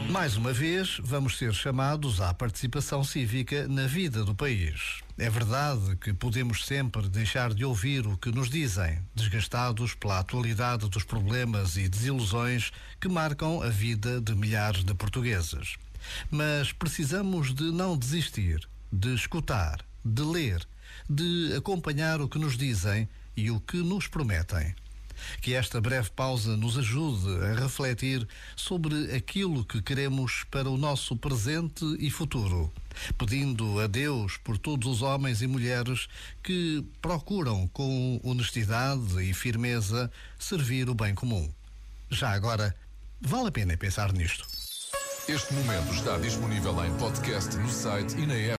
Mais uma vez, vamos ser chamados à participação cívica na vida do país. É verdade que podemos sempre deixar de ouvir o que nos dizem, desgastados pela atualidade dos problemas e desilusões que marcam a vida de milhares de portugueses. Mas precisamos de não desistir, de escutar, de ler, de acompanhar o que nos dizem e o que nos prometem. Que esta breve pausa nos ajude a refletir sobre aquilo que queremos para o nosso presente e futuro, pedindo a Deus por todos os homens e mulheres que procuram com honestidade e firmeza servir o bem comum. Já agora, vale a pena pensar nisto. Este momento está disponível em podcast no site e na app.